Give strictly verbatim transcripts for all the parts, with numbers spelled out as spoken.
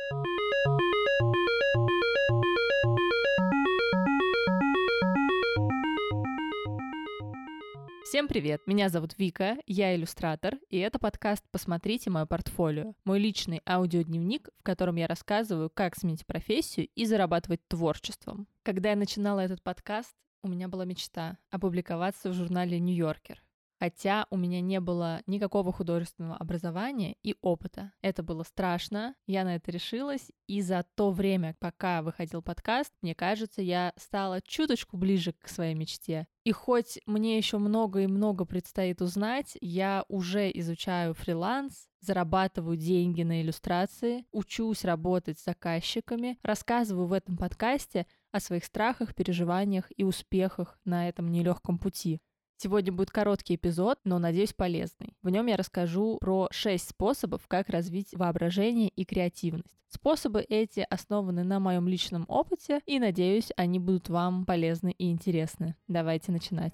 Всем привет! Меня зовут Вика, я иллюстратор, и это подкаст «Посмотрите мое портфолио», мой личный аудиодневник, в котором я рассказываю, как сменить профессию и зарабатывать творчеством. Когда я начинала этот подкаст, у меня была мечта опубликоваться в журнале «Нью-Йоркер». Хотя у меня не было никакого художественного образования и опыта. Это было страшно, я на это решилась, и за то время, пока выходил подкаст, мне кажется, я стала чуточку ближе к своей мечте. И хоть мне еще много и много предстоит узнать, я уже изучаю фриланс, зарабатываю деньги на иллюстрации, учусь работать с заказчиками, рассказываю в этом подкасте о своих страхах, переживаниях и успехах на этом нелегком пути. Сегодня будет короткий эпизод, но, надеюсь, полезный. В нем я расскажу про шесть способов, как развить воображение и креативность. Способы эти основаны на моем личном опыте, и, надеюсь, они будут вам полезны и интересны. Давайте начинать.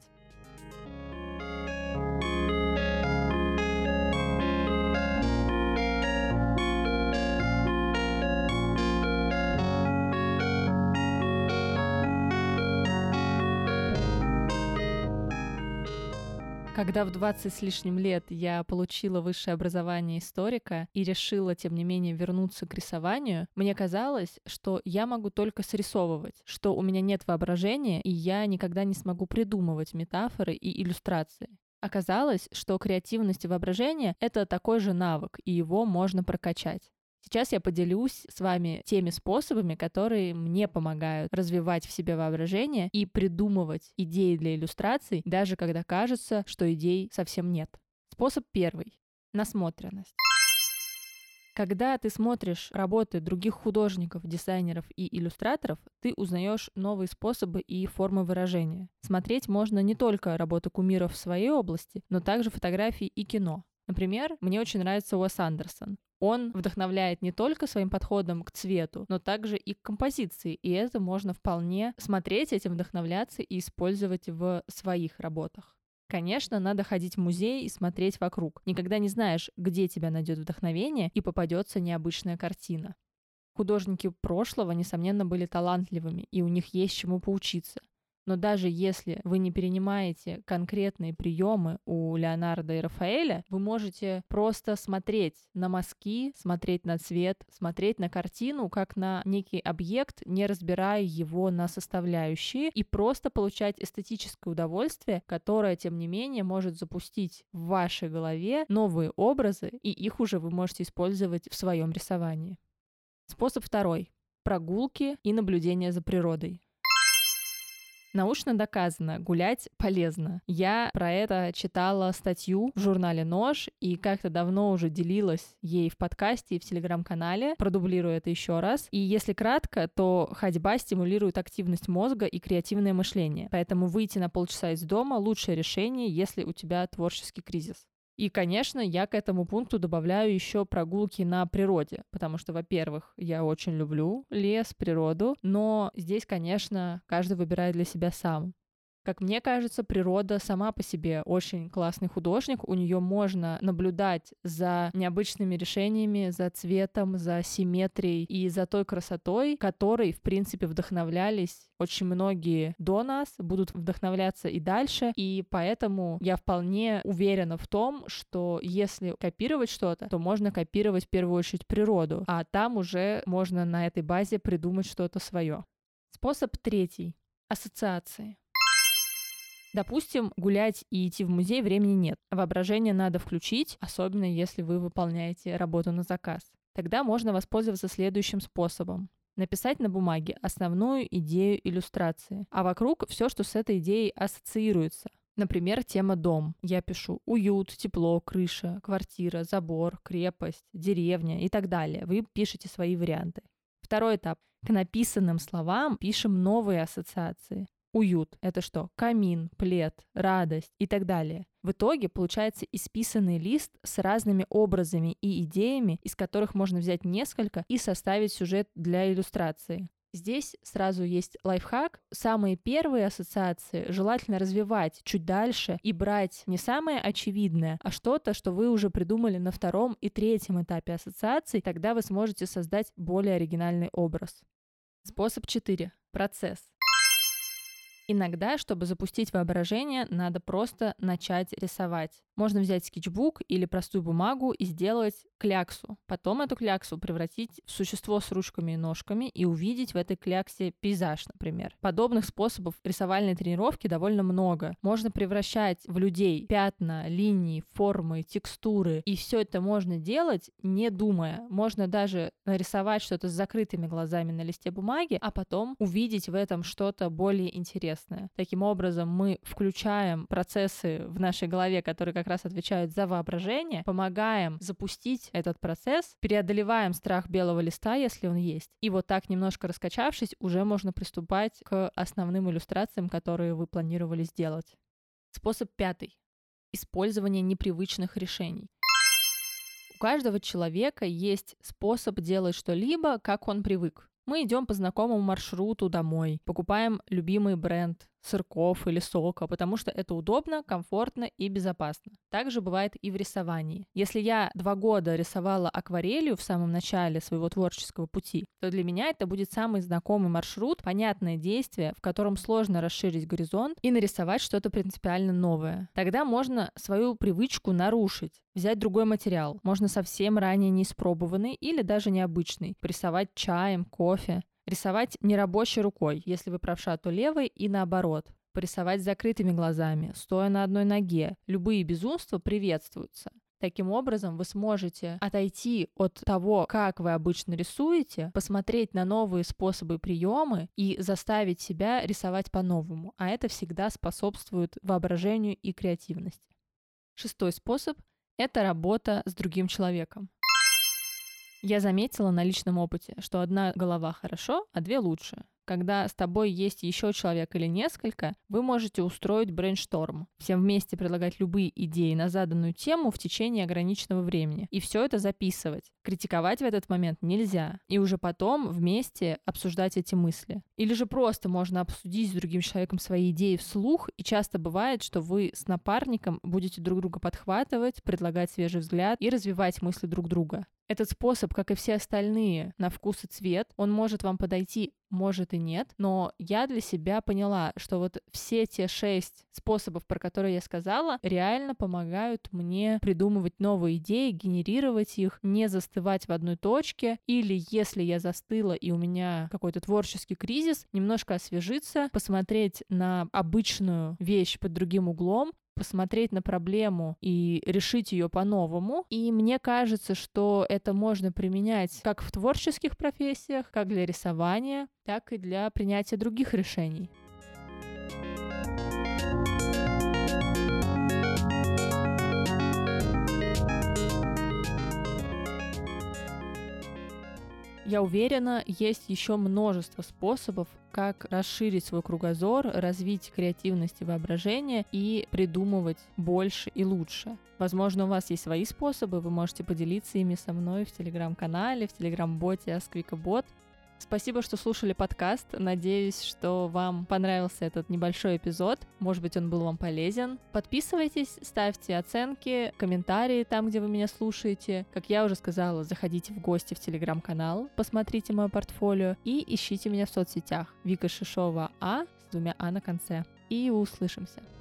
Когда в двадцать с лишним лет я получила высшее образование историка и решила, тем не менее, вернуться к рисованию, мне казалось, что я могу только срисовывать, что у меня нет воображения, и я никогда не смогу придумывать метафоры и иллюстрации. Оказалось, что креативность и воображение — это такой же навык, и его можно прокачать. Сейчас я поделюсь с вами теми способами, которые мне помогают развивать в себе воображение и придумывать идеи для иллюстраций, даже когда кажется, что идей совсем нет. Способ первый — насмотренность. Когда ты смотришь работы других художников, дизайнеров и иллюстраторов, ты узнаешь новые способы и формы выражения. Смотреть можно не только работы кумиров в своей области, но также фотографии и кино. Например, мне очень нравится Уэс Андерсон. Он вдохновляет не только своим подходом к цвету, но также и к композиции, и это можно вполне смотреть, этим вдохновляться и использовать в своих работах. Конечно, надо ходить в музей и смотреть вокруг. Никогда не знаешь, где тебя найдет вдохновение и попадется необычная картина. Художники прошлого, несомненно, были талантливыми, и у них есть чему поучиться. Но даже если вы не перенимаете конкретные приемы у Леонардо и Рафаэля, вы можете просто смотреть на мазки, смотреть на цвет, смотреть на картину как на некий объект, не разбирая его на составляющие, и просто получать эстетическое удовольствие, которое, тем не менее, может запустить в вашей голове новые образы, и их уже вы можете использовать в своем рисовании. Способ второй. Прогулки и наблюдение за природой. Научно доказано, гулять полезно. Я про это читала статью в журнале «Нож» и как-то давно уже делилась ей в подкасте и в телеграм-канале. Продублирую это еще раз. И если кратко, то ходьба стимулирует активность мозга и креативное мышление. Поэтому выйти на полчаса из дома — лучшее решение, если у тебя творческий кризис. И, конечно, я к этому пункту добавляю еще прогулки на природе, потому что, во-первых, я очень люблю лес, природу, но здесь, конечно, каждый выбирает для себя сам. Как мне кажется, природа сама по себе очень классный художник, у нее можно наблюдать за необычными решениями, за цветом, за симметрией и за той красотой, которой, в принципе, вдохновлялись очень многие до нас, будут вдохновляться и дальше, и поэтому я вполне уверена в том, что если копировать что-то, то можно копировать в первую очередь природу, а там уже можно на этой базе придумать что-то свое. Способ третий — ассоциации. Допустим, гулять и идти в музей времени нет. Воображение надо включить, особенно если вы выполняете работу на заказ. Тогда можно воспользоваться следующим способом. Написать на бумаге основную идею иллюстрации, а вокруг все, что с этой идеей ассоциируется. Например, тема «дом». Я пишу уют, тепло, крыша, квартира, забор, крепость, деревня и так далее. Вы пишете свои варианты. Второй этап. К написанным словам пишем новые ассоциации. Уют — это что? Камин, плед, радость и так далее. В итоге получается исписанный лист с разными образами и идеями, из которых можно взять несколько и составить сюжет для иллюстрации. Здесь сразу есть лайфхак. Самые первые ассоциации желательно развивать чуть дальше и брать не самое очевидное, а что-то, что вы уже придумали на втором и третьем этапе ассоциаций. Тогда вы сможете создать более оригинальный образ. Способ четыре. Процесс. Иногда, чтобы запустить воображение, надо просто начать рисовать. Можно взять скетчбук или простую бумагу и сделать кляксу. Потом эту кляксу превратить в существо с ручками и ножками и увидеть в этой кляксе пейзаж, например. Подобных способов рисовальной тренировки довольно много. Можно превращать в людей пятна, линии, формы, текстуры. И все это можно делать, не думая. Можно даже нарисовать что-то с закрытыми глазами на листе бумаги, а потом увидеть в этом что-то более интересное. Таким образом, мы включаем процессы в нашей голове, которые как раз отвечают за воображение, помогаем запустить этот процесс, преодолеваем страх белого листа, если он есть. И вот так, немножко раскачавшись, уже можно приступать к основным иллюстрациям, которые вы планировали сделать. Способ пятый. Использование непривычных решений. У каждого человека есть способ делать что-либо, как он привык. Мы идем по знакомому маршруту домой, покупаем любимый бренд сырков или сока, потому что это удобно, комфортно и безопасно. Также бывает и в рисовании. Если я два года рисовала акварелью в самом начале своего творческого пути, то для меня это будет самый знакомый маршрут, понятное действие, в котором сложно расширить горизонт и нарисовать что-то принципиально новое. Тогда можно свою привычку нарушить, взять другой материал, можно совсем ранее не испробованный или даже необычный, порисовать чаем, кофе. Рисовать нерабочей рукой, если вы правша, то левой, и наоборот. Порисовать с закрытыми глазами, стоя на одной ноге. Любые безумства приветствуются. Таким образом, вы сможете отойти от того, как вы обычно рисуете, посмотреть на новые способы и приемы и заставить себя рисовать по-новому. А это всегда способствует воображению и креативности. Шестой способ – это работа с другим человеком. Я заметила на личном опыте, что одна голова хорошо, а две лучше. Когда с тобой есть еще человек или несколько, вы можете устроить брейншторм, всем вместе предлагать любые идеи на заданную тему в течение ограниченного времени. И все это записывать. Критиковать в этот момент нельзя. И уже потом вместе обсуждать эти мысли. Или же просто можно обсудить с другим человеком свои идеи вслух, и часто бывает, что вы с напарником будете друг друга подхватывать, предлагать свежий взгляд и развивать мысли друг друга. Этот способ, как и все остальные, на вкус и цвет, он может вам подойти, может и нет, но я для себя поняла, что вот все те шесть способов, про которые я сказала, реально помогают мне придумывать новые идеи, генерировать их, не застывать в одной точке, или если я застыла и у меня какой-то творческий кризис, немножко освежиться, посмотреть на обычную вещь под другим углом, посмотреть на проблему и решить ее по-новому. И мне кажется, что это можно применять как в творческих профессиях, как для рисования, так и для принятия других решений. Я уверена, есть еще множество способов, как расширить свой кругозор, развить креативность и воображение и придумывать больше и лучше. Возможно, у вас есть свои способы, вы можете поделиться ими со мной в телеграм-канале, в телеграм-боте AskVikaBot. Спасибо, что слушали подкаст. Надеюсь, что вам понравился этот небольшой эпизод. Может быть, он был вам полезен. Подписывайтесь, ставьте оценки, комментарии там, где вы меня слушаете. Как я уже сказала, заходите в гости в телеграм-канал, посмотрите мое портфолио и ищите меня в соцсетях. Вика Шишова А с двумя А на конце. И услышимся.